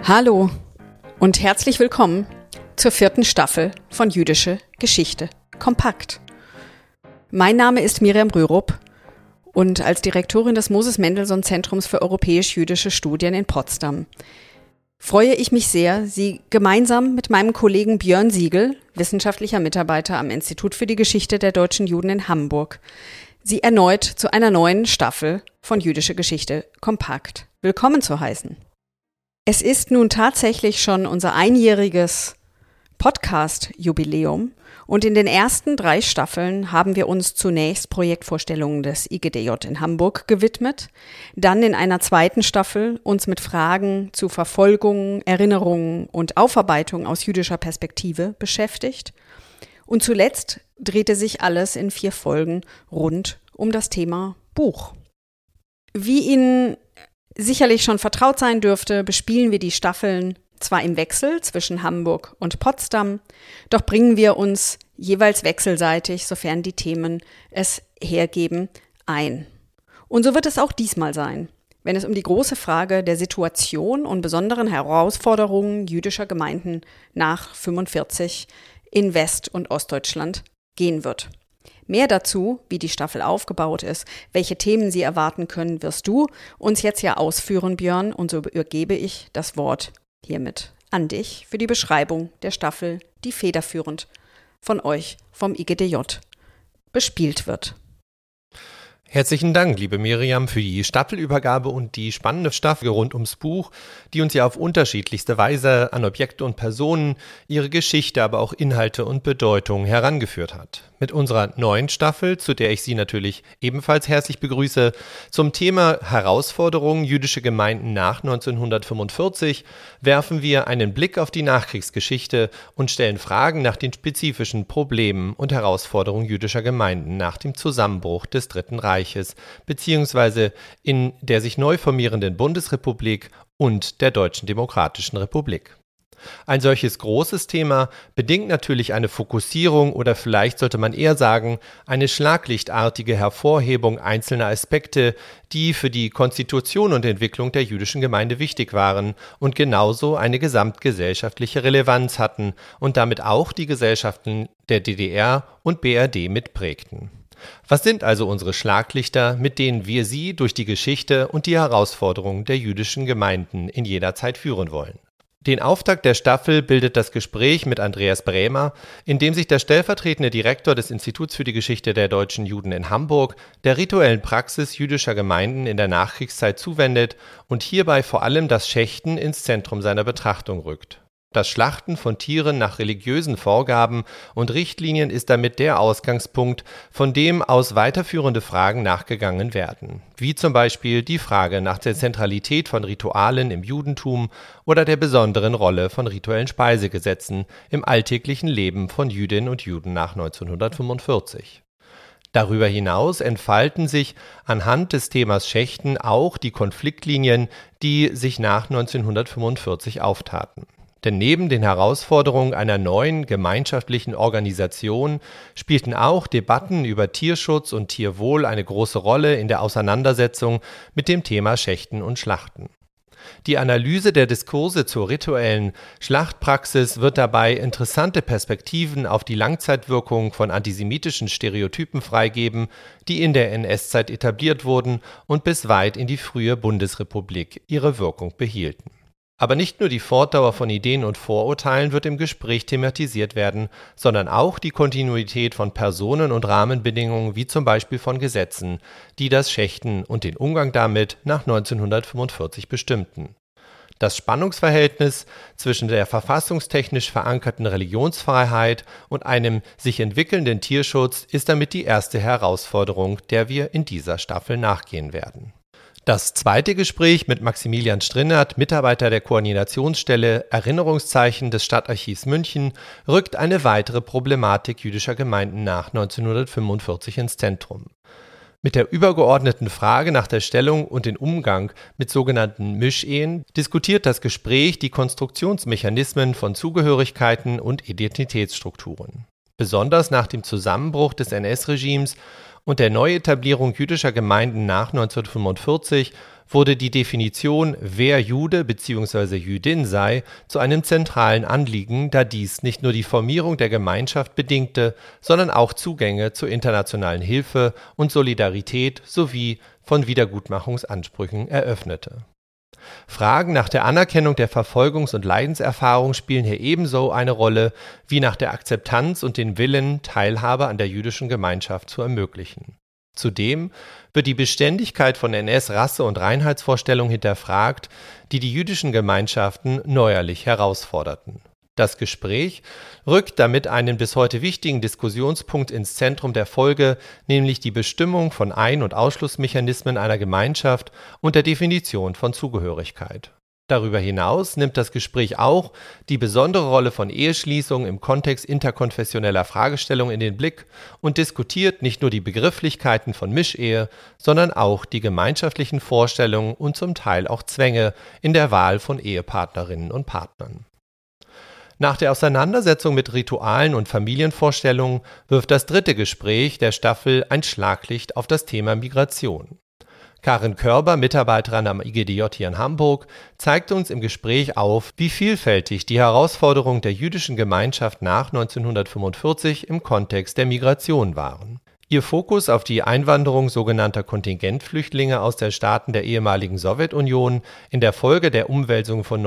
Hallo und herzlich willkommen zur 4. Staffel von Jüdische Geschichte kompakt. Mein Name ist Miriam Rürup und als Direktorin des Moses-Mendelssohn-Zentrums für europäisch-jüdische Studien in Potsdam freue ich mich sehr, Sie gemeinsam mit meinem Kollegen Björn Siegel, wissenschaftlicher Mitarbeiter am Institut für die Geschichte der deutschen Juden in Hamburg, Sie erneut zu einer neuen Staffel von Jüdische Geschichte kompakt willkommen zu heißen. Es ist nun tatsächlich schon unser einjähriges Podcast-Jubiläum und in den ersten 3 Staffeln haben wir uns zunächst Projektvorstellungen des IGDJ in Hamburg gewidmet, dann in einer 2. Staffel uns mit Fragen zu Verfolgung, Erinnerungen und Aufarbeitung aus jüdischer Perspektive beschäftigt und zuletzt drehte sich alles in 4 Folgen rund um das Thema Buch. Wie Ihnen sicherlich schon vertraut sein dürfte, bespielen wir die Staffeln zwar im Wechsel zwischen Hamburg und Potsdam, doch bringen wir uns jeweils wechselseitig, sofern die Themen es hergeben, ein. Und so wird es auch diesmal sein, wenn es um die große Frage der Situation und besonderen Herausforderungen jüdischer Gemeinden nach 1945 in West- und Ostdeutschland gehen wird. Mehr dazu, wie die Staffel aufgebaut ist, welche Themen Sie erwarten können, wirst du uns jetzt ja ausführen, Björn, und so übergebe ich das Wort hiermit an dich für die Beschreibung der Staffel, die federführend von euch vom IGDJ bespielt wird. Herzlichen Dank, liebe Miriam, für die Staffelübergabe und die spannende Staffel rund ums Buch, die uns ja auf unterschiedlichste Weise an Objekte und Personen, ihre Geschichte, aber auch Inhalte und Bedeutung herangeführt hat. Mit unserer neuen Staffel, zu der ich Sie natürlich ebenfalls herzlich begrüße, zum Thema Herausforderungen jüdischer Gemeinden nach 1945 werfen wir einen Blick auf die Nachkriegsgeschichte und stellen Fragen nach den spezifischen Problemen und Herausforderungen jüdischer Gemeinden nach dem Zusammenbruch des Dritten Reiches bzw. in der sich neu formierenden Bundesrepublik und der Deutschen Demokratischen Republik. Ein solches großes Thema bedingt natürlich eine Fokussierung oder vielleicht sollte man eher sagen, eine schlaglichtartige Hervorhebung einzelner Aspekte, die für die Konstitution und Entwicklung der jüdischen Gemeinde wichtig waren und genauso eine gesamtgesellschaftliche Relevanz hatten und damit auch die Gesellschaften der DDR und BRD mitprägten. Was sind also unsere Schlaglichter, mit denen wir Sie durch die Geschichte und die Herausforderungen der jüdischen Gemeinden in jeder Zeit führen wollen? Den Auftakt der Staffel bildet das Gespräch mit Andreas Brämer, in dem sich der stellvertretende Direktor des Instituts für die Geschichte der deutschen Juden in Hamburg der rituellen Praxis jüdischer Gemeinden in der Nachkriegszeit zuwendet und hierbei vor allem das Schächten ins Zentrum seiner Betrachtung rückt. Das Schlachten von Tieren nach religiösen Vorgaben und Richtlinien ist damit der Ausgangspunkt, von dem aus weiterführende Fragen nachgegangen werden, wie zum Beispiel die Frage nach der Zentralität von Ritualen im Judentum oder der besonderen Rolle von rituellen Speisegesetzen im alltäglichen Leben von Jüdinnen und Juden nach 1945. Darüber hinaus entfalten sich anhand des Themas Schächten auch die Konfliktlinien, die sich nach 1945 auftaten. Denn neben den Herausforderungen einer neuen gemeinschaftlichen Organisation spielten auch Debatten über Tierschutz und Tierwohl eine große Rolle in der Auseinandersetzung mit dem Thema Schächten und Schlachten. Die Analyse der Diskurse zur rituellen Schlachtpraxis wird dabei interessante Perspektiven auf die Langzeitwirkung von antisemitischen Stereotypen freigeben, die in der NS-Zeit etabliert wurden und bis weit in die frühe Bundesrepublik ihre Wirkung behielten. Aber nicht nur die Fortdauer von Ideen und Vorurteilen wird im Gespräch thematisiert werden, sondern auch die Kontinuität von Personen und Rahmenbedingungen wie zum Beispiel von Gesetzen, die das Schächten und den Umgang damit nach 1945 bestimmten. Das Spannungsverhältnis zwischen der verfassungstechnisch verankerten Religionsfreiheit und einem sich entwickelnden Tierschutz ist damit die erste Herausforderung, der wir in dieser Staffel nachgehen werden. Das zweite Gespräch mit Maximilian Strinnert, Mitarbeiter der Koordinationsstelle Erinnerungszeichen des Stadtarchivs München, rückt eine weitere Problematik jüdischer Gemeinden nach 1945 ins Zentrum. Mit der übergeordneten Frage nach der Stellung und dem Umgang mit sogenannten Mischehen diskutiert das Gespräch die Konstruktionsmechanismen von Zugehörigkeiten und Identitätsstrukturen. Besonders nach dem Zusammenbruch des NS-Regimes und der Neuetablierung jüdischer Gemeinden nach 1945 wurde die Definition, wer Jude bzw. Jüdin sei, zu einem zentralen Anliegen, da dies nicht nur die Formierung der Gemeinschaft bedingte, sondern auch Zugänge zur internationalen Hilfe und Solidarität sowie von Wiedergutmachungsansprüchen eröffnete. Fragen nach der Anerkennung der Verfolgungs- und Leidenserfahrung spielen hier ebenso eine Rolle wie nach der Akzeptanz und den Willen, Teilhabe an der jüdischen Gemeinschaft zu ermöglichen. Zudem wird die Beständigkeit von NS-Rasse- und Reinheitsvorstellungen hinterfragt, die die jüdischen Gemeinschaften neuerlich herausforderten. Das Gespräch rückt damit einen bis heute wichtigen Diskussionspunkt ins Zentrum der Folge, nämlich die Bestimmung von Ein- und Ausschlussmechanismen einer Gemeinschaft und der Definition von Zugehörigkeit. Darüber hinaus nimmt das Gespräch auch die besondere Rolle von Eheschließungen im Kontext interkonfessioneller Fragestellungen in den Blick und diskutiert nicht nur die Begrifflichkeiten von Mischehe, sondern auch die gemeinschaftlichen Vorstellungen und zum Teil auch Zwänge in der Wahl von Ehepartnerinnen und Partnern. Nach der Auseinandersetzung mit Ritualen und Familienvorstellungen wirft das dritte Gespräch der Staffel ein Schlaglicht auf das Thema Migration. Karin Körber, Mitarbeiterin am IGDJ hier in Hamburg, zeigt uns im Gespräch auf, wie vielfältig die Herausforderungen der jüdischen Gemeinschaft nach 1945 im Kontext der Migration waren. Ihr Fokus auf die Einwanderung sogenannter Kontingentflüchtlinge aus den Staaten der ehemaligen Sowjetunion in der Folge der Umwälzung von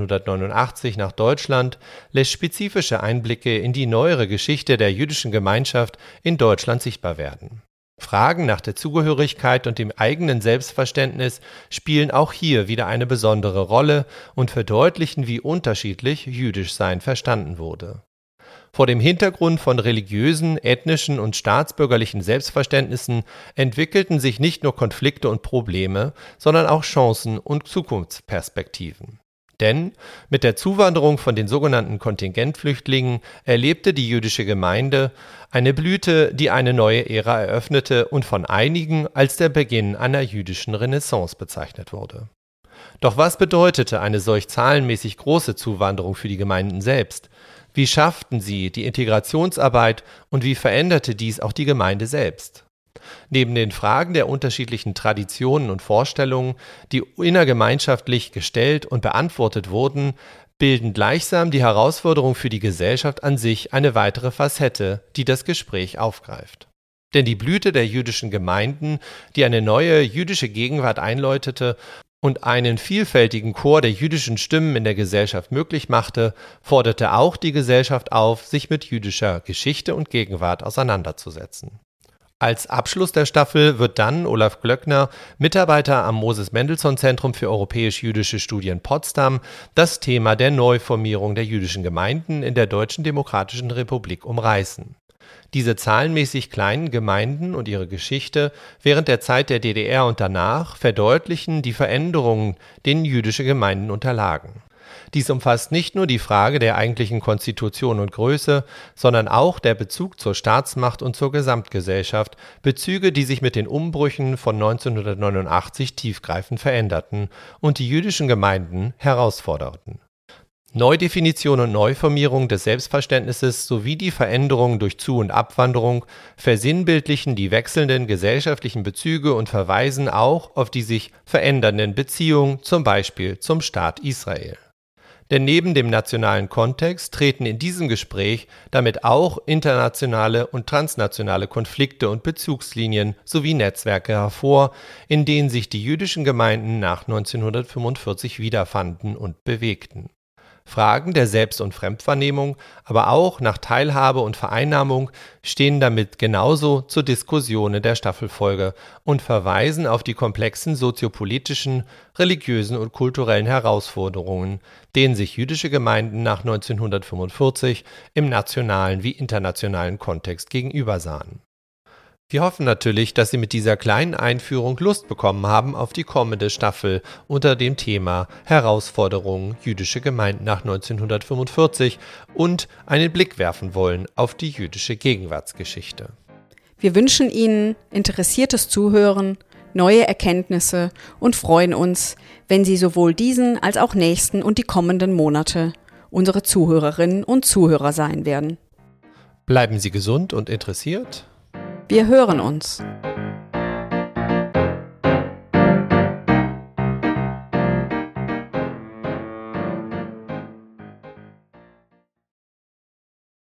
1989 nach Deutschland lässt spezifische Einblicke in die neuere Geschichte der jüdischen Gemeinschaft in Deutschland sichtbar werden. Fragen nach der Zugehörigkeit und dem eigenen Selbstverständnis spielen auch hier wieder eine besondere Rolle und verdeutlichen, wie unterschiedlich jüdisch sein verstanden wurde. Vor dem Hintergrund von religiösen, ethnischen und staatsbürgerlichen Selbstverständnissen entwickelten sich nicht nur Konflikte und Probleme, sondern auch Chancen und Zukunftsperspektiven. Denn mit der Zuwanderung von den sogenannten Kontingentflüchtlingen erlebte die jüdische Gemeinde eine Blüte, die eine neue Ära eröffnete und von einigen als der Beginn einer jüdischen Renaissance bezeichnet wurde. Doch was bedeutete eine solch zahlenmäßig große Zuwanderung für die Gemeinden selbst? Wie schafften sie die Integrationsarbeit und wie veränderte dies auch die Gemeinde selbst? Neben den Fragen der unterschiedlichen Traditionen und Vorstellungen, die innergemeinschaftlich gestellt und beantwortet wurden, bilden gleichsam die Herausforderung für die Gesellschaft an sich eine weitere Facette, die das Gespräch aufgreift. Denn die Blüte der jüdischen Gemeinden, die eine neue jüdische Gegenwart einläutete und einen vielfältigen Chor der jüdischen Stimmen in der Gesellschaft möglich machte, forderte auch die Gesellschaft auf, sich mit jüdischer Geschichte und Gegenwart auseinanderzusetzen. Als Abschluss der Staffel wird dann Olaf Glöckner, Mitarbeiter am Moses-Mendelssohn-Zentrum für europäisch-jüdische Studien Potsdam, das Thema der Neuformierung der jüdischen Gemeinden in der Deutschen Demokratischen Republik umreißen. Diese zahlenmäßig kleinen Gemeinden und ihre Geschichte während der Zeit der DDR und danach verdeutlichen die Veränderungen, denen jüdische Gemeinden unterlagen. Dies umfasst nicht nur die Frage der eigentlichen Konstitution und Größe, sondern auch der Bezug zur Staatsmacht und zur Gesamtgesellschaft, Bezüge, die sich mit den Umbrüchen von 1989 tiefgreifend veränderten und die jüdischen Gemeinden herausforderten. Neudefinition und Neuformierung des Selbstverständnisses sowie die Veränderungen durch Zu- und Abwanderung versinnbildlichen die wechselnden gesellschaftlichen Bezüge und verweisen auch auf die sich verändernden Beziehungen, zum Beispiel zum Staat Israel. Denn neben dem nationalen Kontext treten in diesem Gespräch damit auch internationale und transnationale Konflikte und Bezugslinien sowie Netzwerke hervor, in denen sich die jüdischen Gemeinden nach 1945 wiederfanden und bewegten. Fragen der Selbst- und Fremdwahrnehmung, aber auch nach Teilhabe und Vereinnahmung stehen damit genauso zur Diskussion in der Staffelfolge und verweisen auf die komplexen soziopolitischen, religiösen und kulturellen Herausforderungen, denen sich jüdische Gemeinden nach 1945 im nationalen wie internationalen Kontext gegenübersahen. Wir hoffen natürlich, dass Sie mit dieser kleinen Einführung Lust bekommen haben auf die kommende Staffel unter dem Thema Herausforderungen jüdische Gemeinden nach 1945 und einen Blick werfen wollen auf die jüdische Gegenwartsgeschichte. Wir wünschen Ihnen interessiertes Zuhören, neue Erkenntnisse und freuen uns, wenn Sie sowohl diesen als auch nächsten und die kommenden Monate unsere Zuhörerinnen und Zuhörer sein werden. Bleiben Sie gesund und interessiert. Wir hören uns.